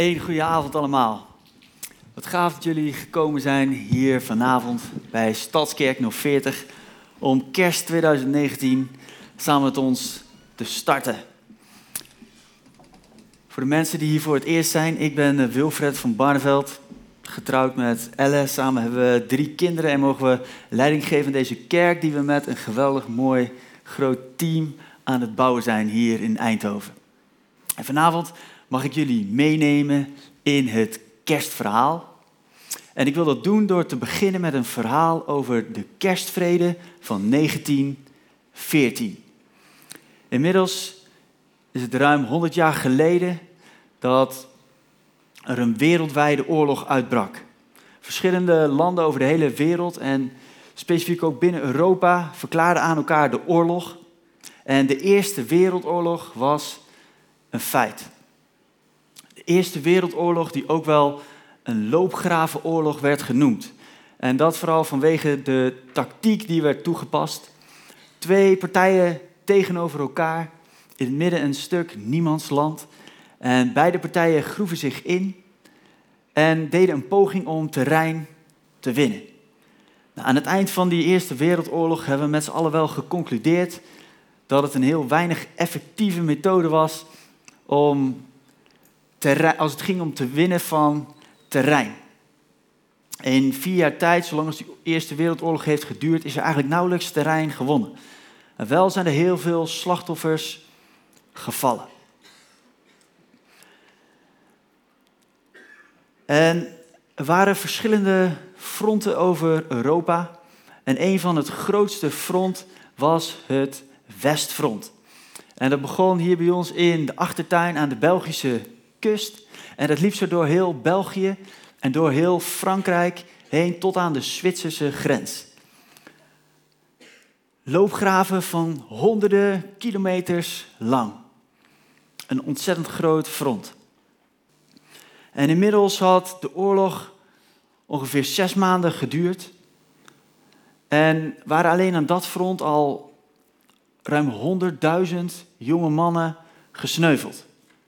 Een goede avond allemaal. Wat gaaf dat jullie gekomen zijn hier vanavond bij Stadskerk 040 om kerst 2019 samen met ons te starten. Voor de mensen die hier voor het eerst zijn, ik ben Wilfred van Barneveld, getrouwd met Elle. Samen hebben we 3 kinderen en mogen we leiding geven aan deze kerk die we met een geweldig mooi groot team aan het bouwen zijn hier in Eindhoven. En vanavond mag ik jullie meenemen in het kerstverhaal. En ik wil dat doen door te beginnen met een verhaal over de kerstvrede van 1914. Inmiddels is het ruim 100 jaar geleden dat er een wereldwijde oorlog uitbrak. Verschillende landen over de hele wereld en specifiek ook binnen Europa verklaarden aan elkaar de oorlog. En de Eerste Wereldoorlog was een feit. De Eerste Wereldoorlog die ook wel een loopgravenoorlog werd genoemd. En dat vooral vanwege de tactiek die werd toegepast. 2 partijen tegenover elkaar, in het midden een stuk niemandsland. En beide partijen groeven zich in en deden een poging om terrein te winnen. Nou, aan het eind van die Eerste Wereldoorlog hebben we met z'n allen wel geconcludeerd dat het een heel weinig effectieve methode was als het ging om te winnen van terrein. In 4 jaar tijd, zolang als die Eerste Wereldoorlog heeft geduurd, is er eigenlijk nauwelijks terrein gewonnen. En wel zijn er heel veel slachtoffers gevallen. En er waren verschillende fronten over Europa. En een van het grootste front was het Westfront. En dat begon hier bij ons in de achtertuin aan de Belgische kust. En dat liep zo door heel België en door heel Frankrijk heen tot aan de Zwitserse grens. Loopgraven van honderden kilometers lang. Een ontzettend groot front. En inmiddels had de oorlog ongeveer 6 maanden geduurd. En waren alleen aan dat front al ruim 100.000 jonge mannen gesneuveld.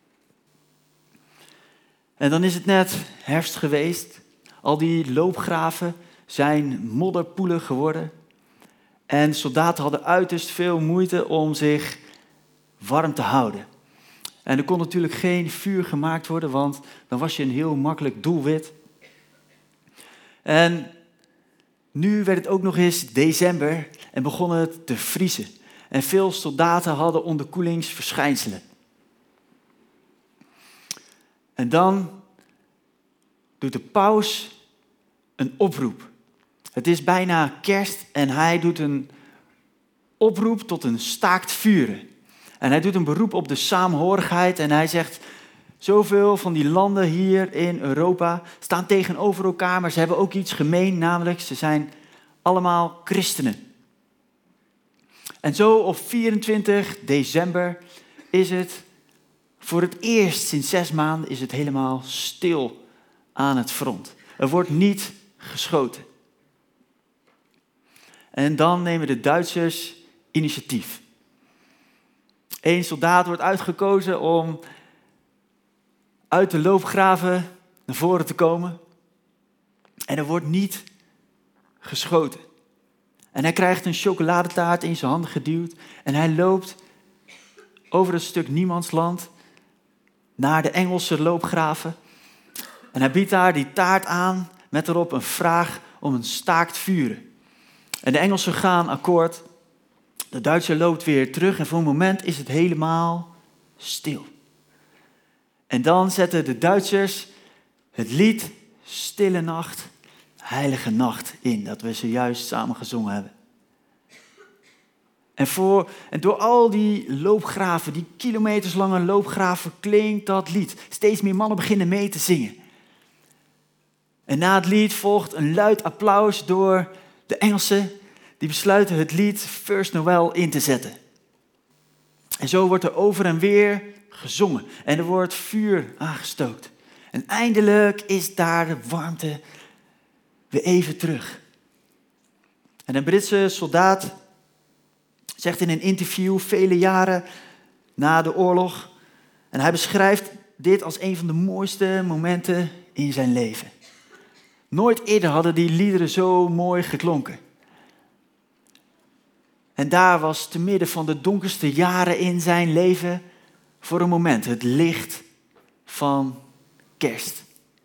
En dan is het net herfst geweest. Al die loopgraven zijn modderpoelen geworden. En soldaten hadden uiterst veel moeite om zich warm te houden. En er kon natuurlijk geen vuur gemaakt worden, want dan was je een heel makkelijk doelwit. En nu werd het ook nog eens december en begon het te vriezen. En veel soldaten hadden onderkoelingsverschijnselen. En dan doet de paus een oproep. Het is bijna kerst en hij doet een oproep tot een staakt vuren. En hij doet een beroep op de saamhorigheid en hij zegt: zoveel van die landen hier in Europa staan tegenover elkaar, maar ze hebben ook iets gemeen, namelijk ze zijn allemaal christenen. En zo op 24 december is het voor het eerst sinds 6 maanden is het helemaal stil aan het front. Er wordt niet geschoten. En dan nemen de Duitsers initiatief. 1 soldaat wordt uitgekozen om uit de loopgraven naar voren te komen. En er wordt niet geschoten. En hij krijgt een chocoladetaart in zijn handen geduwd. En hij loopt over een stuk niemandsland naar de Engelse loopgraven. En hij biedt daar die taart aan met erop een vraag om een staakt vuren. En de Engelsen gaan akkoord. De Duitser loopt weer terug en voor een moment is het helemaal stil. En dan zetten de Duitsers het lied Stille Nacht, Heilige Nacht in, dat we zojuist samen gezongen hebben. En door al die loopgraven, die kilometerslange loopgraven, klinkt dat lied. Steeds meer mannen beginnen mee te zingen. En na het lied volgt een luid applaus door de Engelsen. Die besluiten het lied First Noel in te zetten. En zo wordt er over en weer gezongen. En er wordt vuur aangestookt. En eindelijk is daar de warmte weer even terug. En een Britse soldaat zegt in een interview vele jaren na de oorlog. En hij beschrijft dit als een van de mooiste momenten in zijn leven. Nooit eerder hadden die liederen zo mooi geklonken. En daar was te midden van de donkerste jaren in zijn leven voor een moment het licht van kerst.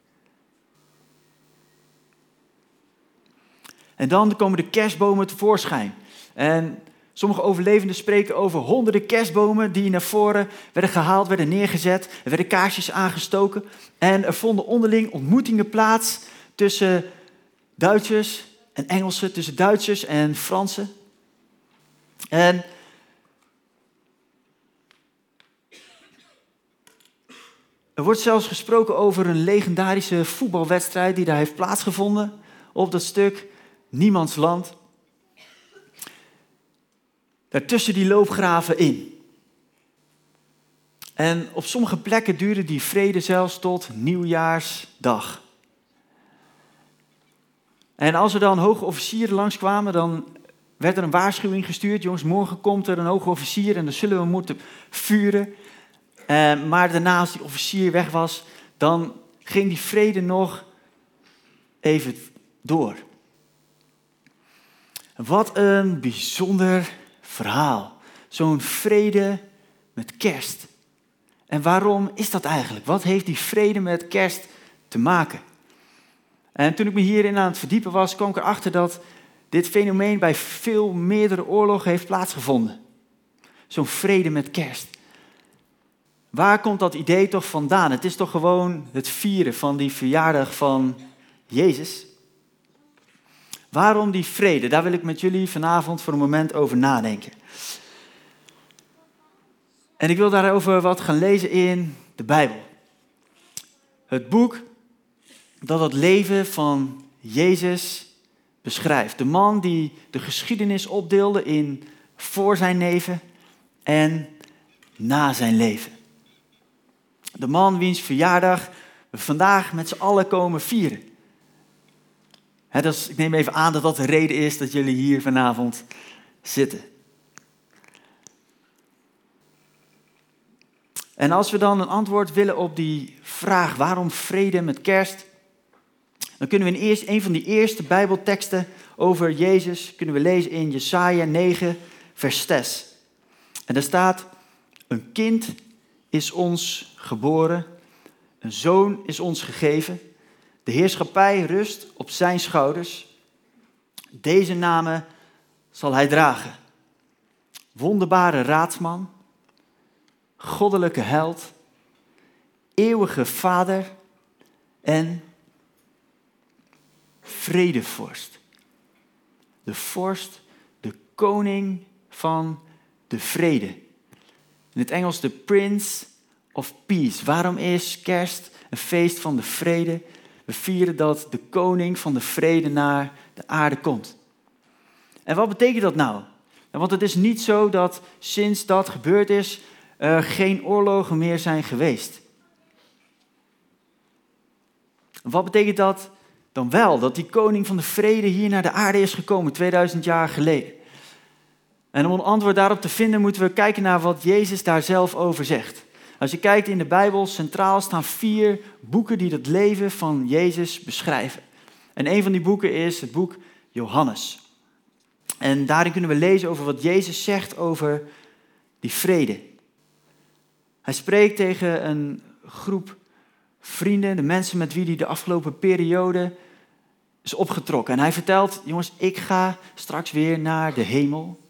En dan komen de kerstbomen tevoorschijn. En sommige overlevenden spreken over honderden kerstbomen die naar voren werden gehaald, werden neergezet. Er werden kaarsjes aangestoken. En er vonden onderling ontmoetingen plaats tussen Duitsers en Engelsen, tussen Duitsers en Fransen. En er wordt zelfs gesproken over een legendarische voetbalwedstrijd die daar heeft plaatsgevonden op dat stuk Niemandsland. Daartussen die loopgraven in. En op sommige plekken duurde die vrede zelfs tot Nieuwjaarsdag. En als er dan hoge officieren langskwamen, dan werd er een waarschuwing gestuurd. Jongens, morgen komt er een hoge officier en dan zullen we moeten vuren. Maar daarna, als die officier weg was, dan ging die vrede nog even door. Wat een bijzonder verhaal. Zo'n vrede met kerst. En waarom is dat eigenlijk? Wat heeft die vrede met kerst te maken? En toen ik me hierin aan het verdiepen was, kwam ik erachter dat dit fenomeen bij veel meerdere oorlogen heeft plaatsgevonden. Zo'n vrede met kerst. Waar komt dat idee toch vandaan? Het is toch gewoon het vieren van die verjaardag van Jezus? Waarom die vrede? Daar wil ik met jullie vanavond voor een moment over nadenken. En ik wil daarover wat gaan lezen in de Bijbel. Het boek dat het leven van Jezus beschrijft. De man die de geschiedenis opdeelde in voor zijn leven en na zijn leven. De man wiens verjaardag we vandaag met z'n allen komen vieren. Ik neem even aan dat dat de reden is dat jullie hier vanavond zitten. En als we dan een antwoord willen op die vraag, waarom vrede met kerst? Dan kunnen we in een van die eerste Bijbelteksten over Jezus kunnen we lezen in Jesaja 9, vers 6. En daar staat, een kind is ons geboren, een zoon is ons gegeven. De heerschappij rust op zijn schouders. Deze namen zal hij dragen. Wonderbare raadsman, goddelijke held, eeuwige vader en vredevorst. De vorst, de koning van de vrede. In het Engels de Prince of Peace. Waarom is kerst een feest van de vrede? We vieren dat de koning van de vrede naar de aarde komt. En wat betekent dat nou? Want het is niet zo dat sinds dat gebeurd is, er geen oorlogen meer zijn geweest. Wat betekent dat dan wel? Dat die koning van de vrede hier naar de aarde is gekomen 2000 jaar geleden. En om een antwoord daarop te vinden moeten we kijken naar wat Jezus daar zelf over zegt. Als je kijkt in de Bijbel, centraal staan 4 boeken die het leven van Jezus beschrijven. En een van die boeken is het boek Johannes. En daarin kunnen we lezen over wat Jezus zegt over die vrede. Hij spreekt tegen een groep vrienden, de mensen met wie hij de afgelopen periode is opgetrokken. En hij vertelt, jongens, ik ga straks weer naar de hemel.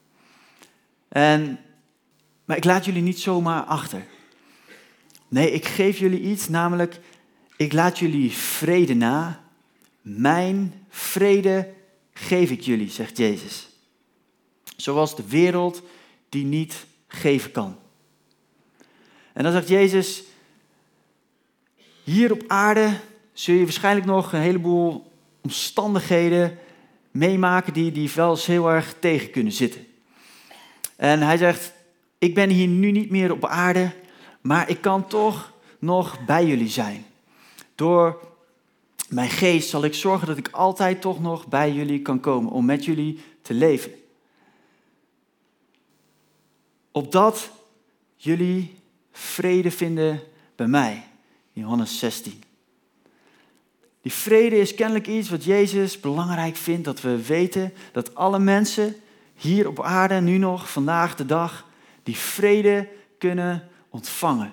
Maar ik laat jullie niet zomaar achter. Nee, ik geef jullie iets, namelijk, ik laat jullie vrede na. Mijn vrede geef ik jullie, zegt Jezus. Zoals de wereld die niet geven kan. En dan zegt Jezus, hier op aarde zul je waarschijnlijk nog een heleboel omstandigheden meemaken die wel eens heel erg tegen kunnen zitten. En hij zegt, ik ben hier nu niet meer op aarde, maar ik kan toch nog bij jullie zijn. Door mijn geest zal ik zorgen dat ik altijd toch nog bij jullie kan komen om met jullie te leven. Opdat jullie vrede vinden bij mij. Johannes 16. Die vrede is kennelijk iets wat Jezus belangrijk vindt. Dat we weten dat alle mensen hier op aarde, nu nog, vandaag de dag, die vrede kunnen ontvangen.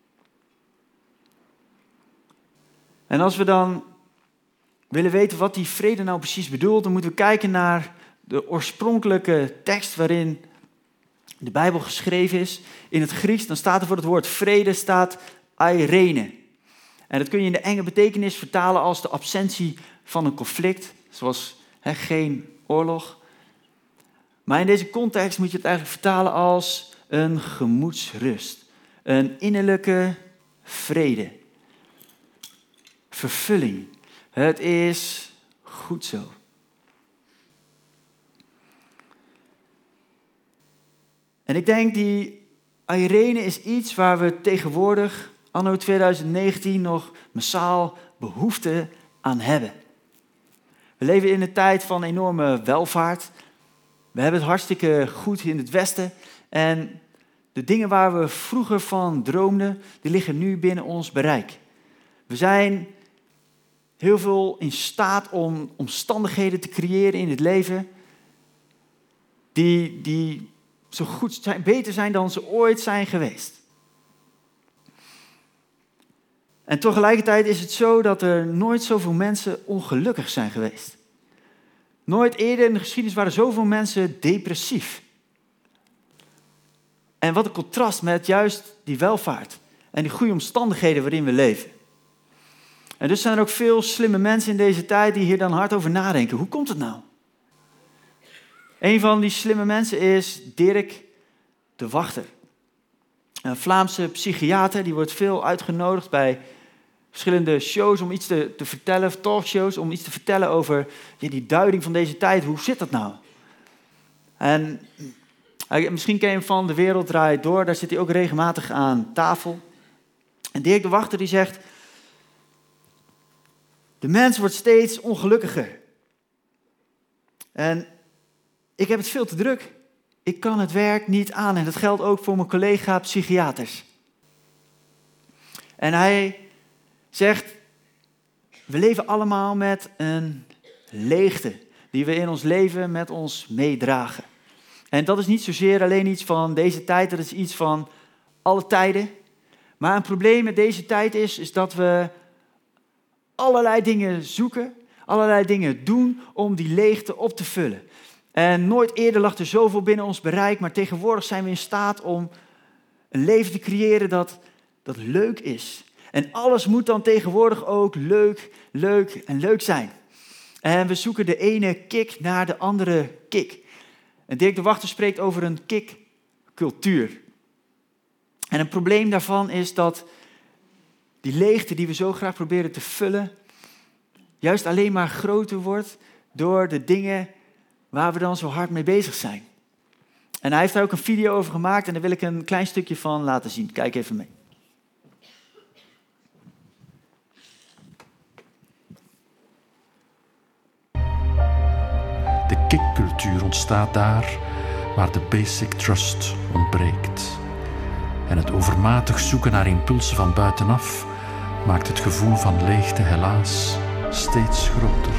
En als we dan willen weten wat die vrede nou precies bedoelt, dan moeten we kijken naar de oorspronkelijke tekst waarin de Bijbel geschreven is. In het Grieks, dan staat er voor het woord vrede, staat eirene. En dat kun je in de enge betekenis vertalen als de absentie van een conflict, zoals geen oorlog. Maar in deze context moet je het eigenlijk vertalen als een gemoedsrust, een innerlijke vrede, vervulling. Het is goed zo. En ik denk die eirene is iets waar we tegenwoordig, anno 2019, nog massaal behoefte aan hebben. We leven in een tijd van enorme welvaart. We hebben het hartstikke goed in het Westen. En de dingen waar we vroeger van droomden, die liggen nu binnen ons bereik. We zijn heel veel in staat om omstandigheden te creëren in het leven die zo goed zijn, beter zijn dan ze ooit zijn geweest. En tegelijkertijd is het zo dat er nooit zoveel mensen ongelukkig zijn geweest. Nooit eerder in de geschiedenis waren zoveel mensen depressief. En wat een contrast met juist die welvaart en die goede omstandigheden waarin we leven. En dus zijn er ook veel slimme mensen in deze tijd die hier dan hard over nadenken. Hoe komt het nou? Een van die slimme mensen is Dirk de Wachter. Een Vlaamse psychiater, die wordt veel uitgenodigd bij verschillende shows om iets te vertellen, talkshows, om iets te vertellen over die duiding van deze tijd. Hoe zit dat nou? En misschien ken je hem van De Wereld Draait Door, daar zit hij ook regelmatig aan tafel. En Dirk de Wachter die zegt: de mens wordt steeds ongelukkiger. En ik heb het veel te druk. Ik kan het werk niet aan. En dat geldt ook voor mijn collega-psychiaters. En hij zegt: we leven allemaal met een leegte die we in ons leven met ons meedragen. En dat is niet zozeer alleen iets van deze tijd, dat is iets van alle tijden. Maar een probleem met deze tijd is dat we allerlei dingen zoeken, allerlei dingen doen om die leegte op te vullen. En nooit eerder lag er zoveel binnen ons bereik, maar tegenwoordig zijn we in staat om een leven te creëren dat leuk is. En alles moet dan tegenwoordig ook leuk zijn. En we zoeken de ene kick naar de andere kick. En Dirk de Wachter spreekt over een kickcultuur. En een probleem daarvan is dat die leegte die we zo graag proberen te vullen, juist alleen maar groter wordt door de dingen waar we dan zo hard mee bezig zijn. En hij heeft daar ook een video over gemaakt en daar wil ik een klein stukje van laten zien. Kijk even mee. De kickcultuur ontstaat daar waar de basic trust ontbreekt. En het overmatig zoeken naar impulsen van buitenaf maakt het gevoel van leegte helaas steeds groter.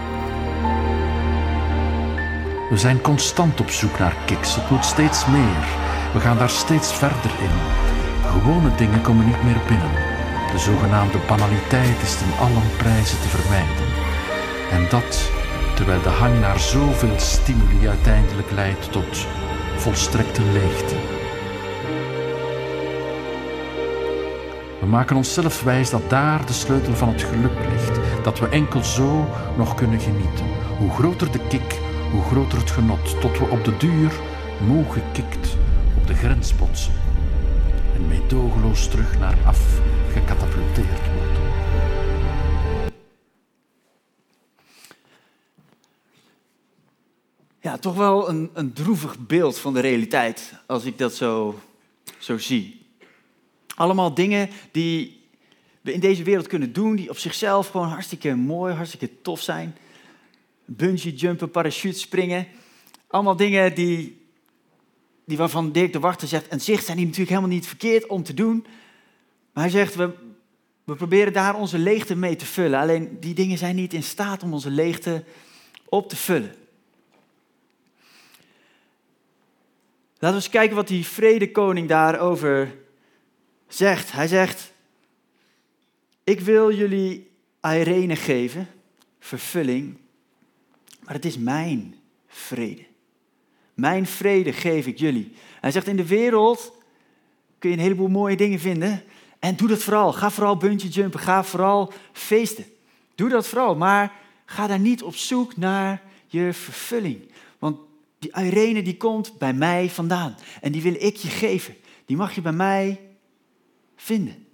We zijn constant op zoek naar kicks, het moet steeds meer. We gaan daar steeds verder in. Gewone dingen komen niet meer binnen. De zogenaamde banaliteit is ten allen prijze te vermijden. En dat terwijl de hang naar zoveel stimuli uiteindelijk leidt tot volstrekte leegte. We maken onszelf wijs dat daar de sleutel van het geluk ligt, dat we enkel zo nog kunnen genieten. Hoe groter de kick, hoe groter het genot, tot we op de duur, moe gekikt, op de grens botsen en meedogenloos terug naar af gecatapulteerd worden. Ja, toch wel een droevig beeld van de realiteit, als ik dat zo zie. Allemaal dingen die we in deze wereld kunnen doen, die op zichzelf gewoon hartstikke mooi, hartstikke tof zijn. Bungee jumpen, parachute springen. Allemaal dingen die waarvan Dirk de Wachter zegt, aan zich zijn die natuurlijk helemaal niet verkeerd om te doen. Maar hij zegt, we proberen daar onze leegte mee te vullen. Alleen die dingen zijn niet in staat om onze leegte op te vullen. Laten we eens kijken wat die vredekoning daarover zegt. Hij zegt, ik wil jullie eirene geven, vervulling, maar het is mijn vrede. Mijn vrede geef ik jullie. Hij zegt, in de wereld kun je een heleboel mooie dingen vinden. En doe dat vooral. Ga vooral bungee jumpen. Ga vooral feesten. Doe dat vooral. Maar ga daar niet op zoek naar je vervulling. Want die eirene die komt bij mij vandaan. En die wil ik je geven. Die mag je bij mij vinden.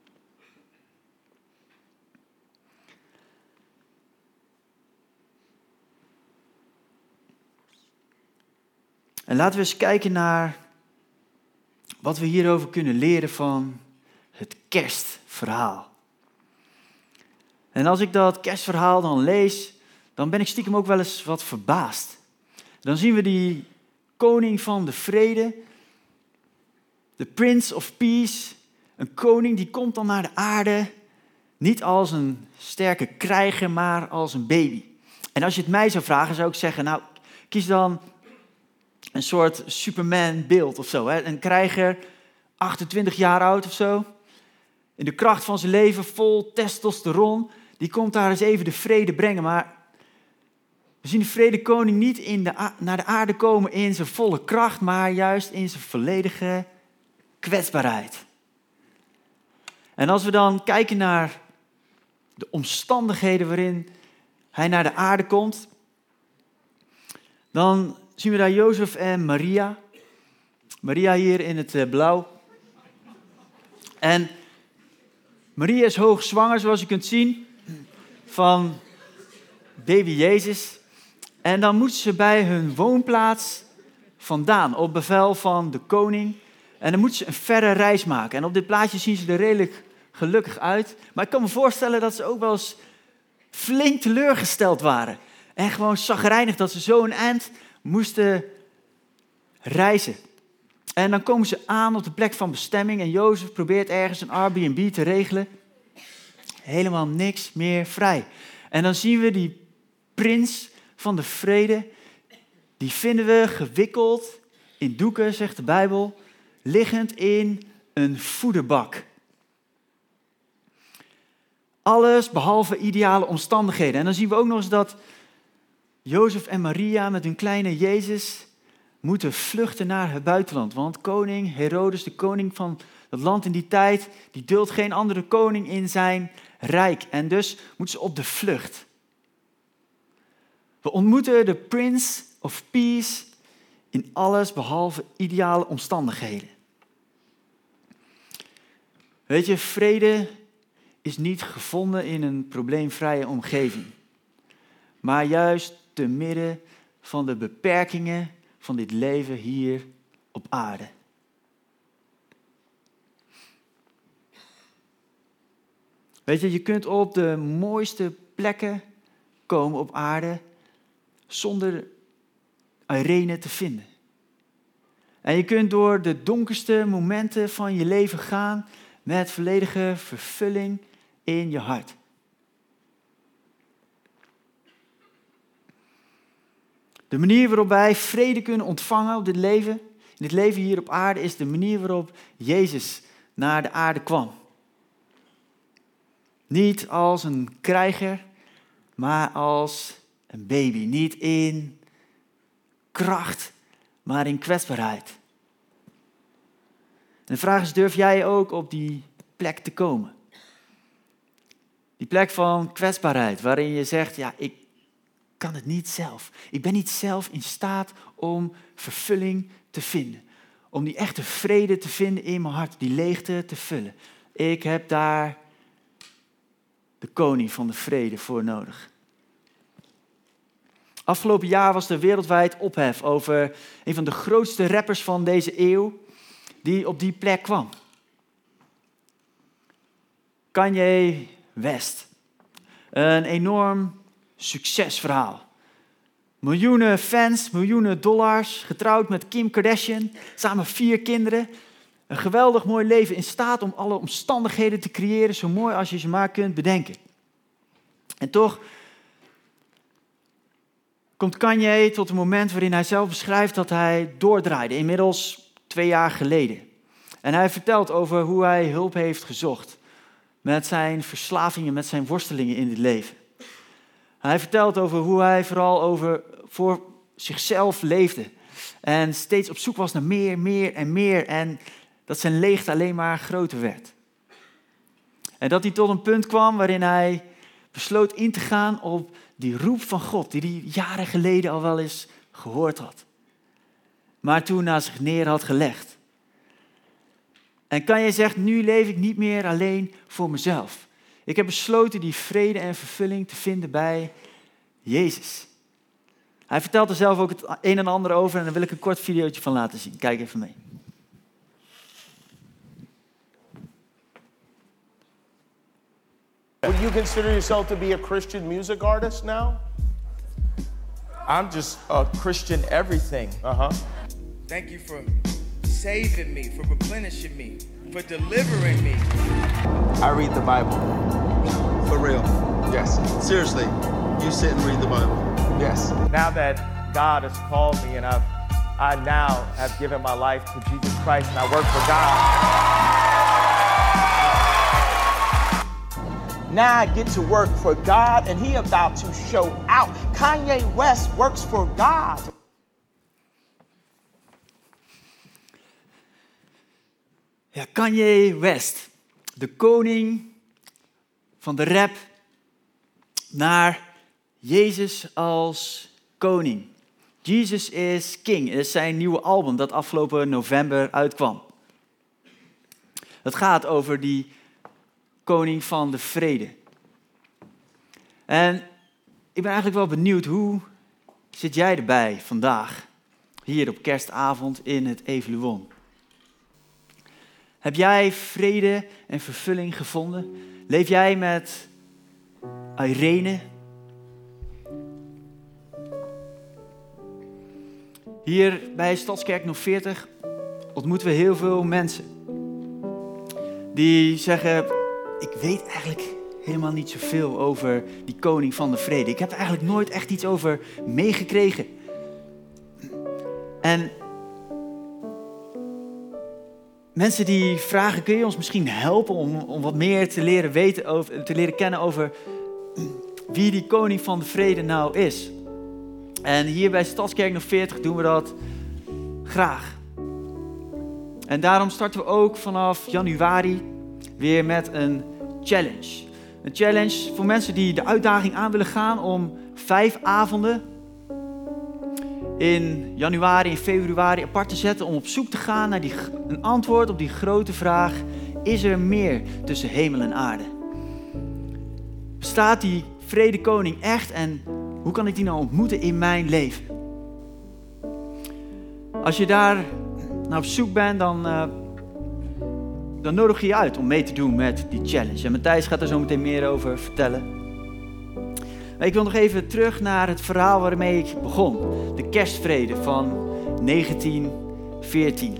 En laten we eens kijken naar wat we hierover kunnen leren van het kerstverhaal. En als ik dat kerstverhaal dan lees, dan ben ik stiekem ook wel eens wat verbaasd. Dan zien we die koning van de vrede, de Prince of Peace, een koning die komt dan naar de aarde, niet als een sterke krijger, maar als een baby. En als je het mij zou vragen, zou ik zeggen, nou, kies dan een soort Superman-beeld of zo. Hè? Een krijger, 28 jaar oud of zo. In de kracht van zijn leven, vol testosteron. Die komt daar eens even de vrede brengen. Maar we zien de vredekoning niet naar de aarde komen in zijn volle kracht, maar juist in zijn volledige kwetsbaarheid. En als we dan kijken naar de omstandigheden waarin hij naar de aarde komt, dan zien we daar Jozef en Maria. Maria hier in het blauw. En Maria is hoogzwanger, zoals je kunt zien, van baby Jezus. En dan moeten ze bij hun woonplaats vandaan, op bevel van de koning. En dan moeten ze een verre reis maken. En op dit plaatje zien ze er redelijk gelukkig uit. Maar ik kan me voorstellen dat ze ook wel eens flink teleurgesteld waren. En gewoon chagrijnig dat ze zo een eind moesten reizen. En dan komen ze aan op de plek van bestemming en Jozef probeert ergens een Airbnb te regelen. Helemaal niks meer vrij. En dan zien we die prins van de vrede, die vinden we gewikkeld in doeken, zegt de Bijbel, liggend in een voederbak. Alles behalve ideale omstandigheden. En dan zien we ook nog eens dat Jozef en Maria met hun kleine Jezus moeten vluchten naar het buitenland. Want koning Herodes, de koning van het land in die tijd, die duldt geen andere koning in zijn rijk. En dus moeten ze op de vlucht. We ontmoeten de Prince of Peace in alles behalve ideale omstandigheden. Weet je, vrede is niet gevonden in een probleemvrije omgeving. Maar juist te midden van de beperkingen van dit leven hier op aarde. Weet je, je kunt op de mooiste plekken komen op aarde zonder eirene te vinden. En je kunt door de donkerste momenten van je leven gaan met volledige vervulling in je hart. De manier waarop wij vrede kunnen ontvangen op dit leven, in dit leven hier op aarde, is de manier waarop Jezus naar de aarde kwam. Niet als een krijger, maar als een baby. Niet in kracht, maar in kwetsbaarheid. En de vraag is, durf jij ook op die plek te komen? Die plek van kwetsbaarheid, waarin je zegt, ja, ik kan het niet zelf. Ik ben niet zelf in staat om vervulling te vinden. Om die echte vrede te vinden in mijn hart, die leegte te vullen. Ik heb daar de koning van de vrede voor nodig. Afgelopen jaar was er wereldwijd ophef over een van de grootste rappers van deze eeuw, die op die plek kwam. Kanye West. Een enorm succesverhaal. Miljoenen fans, miljoenen dollars, getrouwd met Kim Kardashian, samen 4 kinderen. Een geweldig mooi leven in staat om alle omstandigheden te creëren, zo mooi als je ze maar kunt bedenken. En toch komt Kanye tot een moment waarin hij zelf beschrijft dat hij doordraaide, inmiddels 2 jaar geleden. En hij vertelt over hoe hij hulp heeft gezocht met zijn verslavingen, met zijn worstelingen in het leven. Hij vertelt over hoe hij vooral voor zichzelf leefde en steeds op zoek was naar meer en meer en dat zijn leegte alleen maar groter werd. En dat hij tot een punt kwam waarin hij besloot in te gaan op die roep van God, die hij jaren geleden al wel eens gehoord had. Maar toen naast zich neer had gelegd. En Kanye zegt, nu leef ik niet meer alleen voor mezelf. Ik heb besloten die vrede en vervulling te vinden bij Jezus. Hij vertelt er zelf ook het een en ander over en daar wil ik een kort videootje van laten zien. Kijk even mee. Would you consider yourself to be a Christian music artist now? I'm just a Christian everything. Thank you for saving me, for replenishing me, for delivering me. I read the Bible. For real? Yes. Seriously, you sit and read the Bible? Yes. Now that God has called me and I now have given my life to Jesus Christ and I work for God. Now I get to work for God and he about to show out. Kanye West works for God. Ja, Kanye West, de koning van de rap, naar Jezus als koning. Jesus is King is zijn nieuwe album dat afgelopen november uitkwam. Het gaat over die koning van de vrede. En ik ben eigenlijk wel benieuwd, hoe zit jij erbij vandaag, hier op kerstavond in het Evaluon? Heb jij vrede en vervulling gevonden? Leef jij met Irene? Hier bij Stadskerk nog 40 ontmoeten we heel veel mensen die zeggen, ik weet eigenlijk helemaal niet zoveel over die koning van de vrede. Ik heb er eigenlijk nooit echt iets over meegekregen. En mensen die vragen, kun je ons misschien helpen om wat meer te leren weten, te leren kennen over wie die koning van de vrede nou is. En hier bij Stadskerk nog 40 doen we dat graag. En daarom starten we ook vanaf januari weer met een challenge. Een challenge voor mensen die de uitdaging aan willen gaan om 5 avonden in januari en februari apart te zetten om op zoek te gaan naar een antwoord op die grote vraag: is er meer tussen hemel en aarde? Bestaat die vredekoning echt en hoe kan ik die nou ontmoeten in mijn leven? Als je daar naar op zoek bent, dan nodig je je uit om mee te doen met die challenge. En Matthijs gaat er zo meteen meer over vertellen. Maar ik wil nog even terug naar het verhaal waarmee ik begon. De kerstvrede van 1914.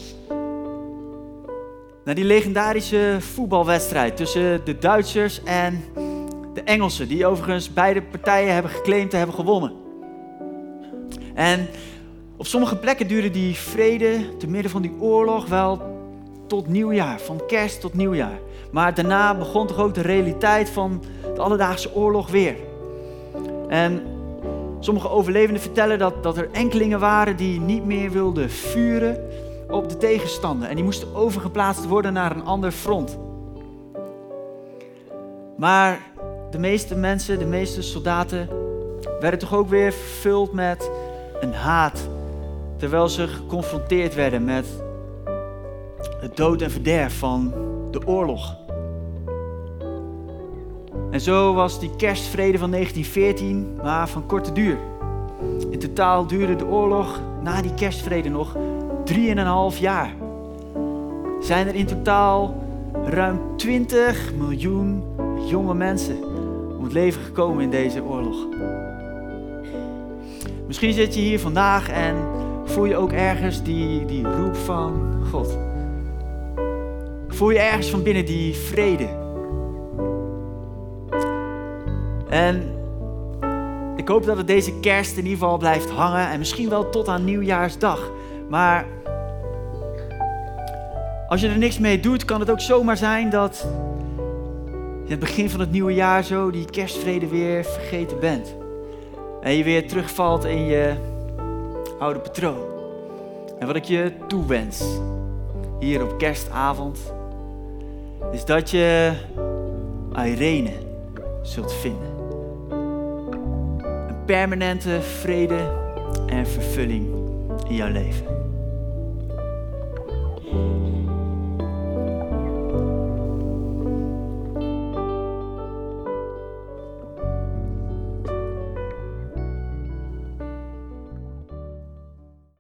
Naar die legendarische voetbalwedstrijd tussen de Duitsers en de Engelsen. Die overigens beide partijen hebben geclaimd te hebben gewonnen. En op sommige plekken duurde die vrede te midden van die oorlog wel tot nieuwjaar. Van kerst tot nieuwjaar. Maar daarna begon toch ook de realiteit van de alledaagse oorlog weer. En sommige overlevenden vertellen dat er enkelingen waren die niet meer wilden vuren op de tegenstander. En die moesten overgeplaatst worden naar een ander front. Maar de meeste mensen, de meeste soldaten werden toch ook weer vervuld met een haat. Terwijl ze geconfronteerd werden met het dood en verderf van de oorlog. En zo was die kerstvrede van 1914 maar van korte duur. In totaal duurde de oorlog na die kerstvrede nog 3,5 jaar. Zijn er in totaal ruim 20 miljoen jonge mensen om het leven gekomen in deze oorlog. Misschien zit je hier vandaag en voel je ook ergens die roep van God. Voel je ergens van binnen die vrede? En ik hoop dat het deze kerst in ieder geval blijft hangen. En misschien wel tot aan Nieuwjaarsdag. Maar als je er niks mee doet, kan het ook zomaar zijn dat in het begin van het nieuwe jaar zo die kerstvrede weer vergeten bent. En je weer terugvalt in je oude patroon. En wat ik je toewens hier op kerstavond, is dat je Irene zult vinden. Een permanente vrede en vervulling in jouw leven.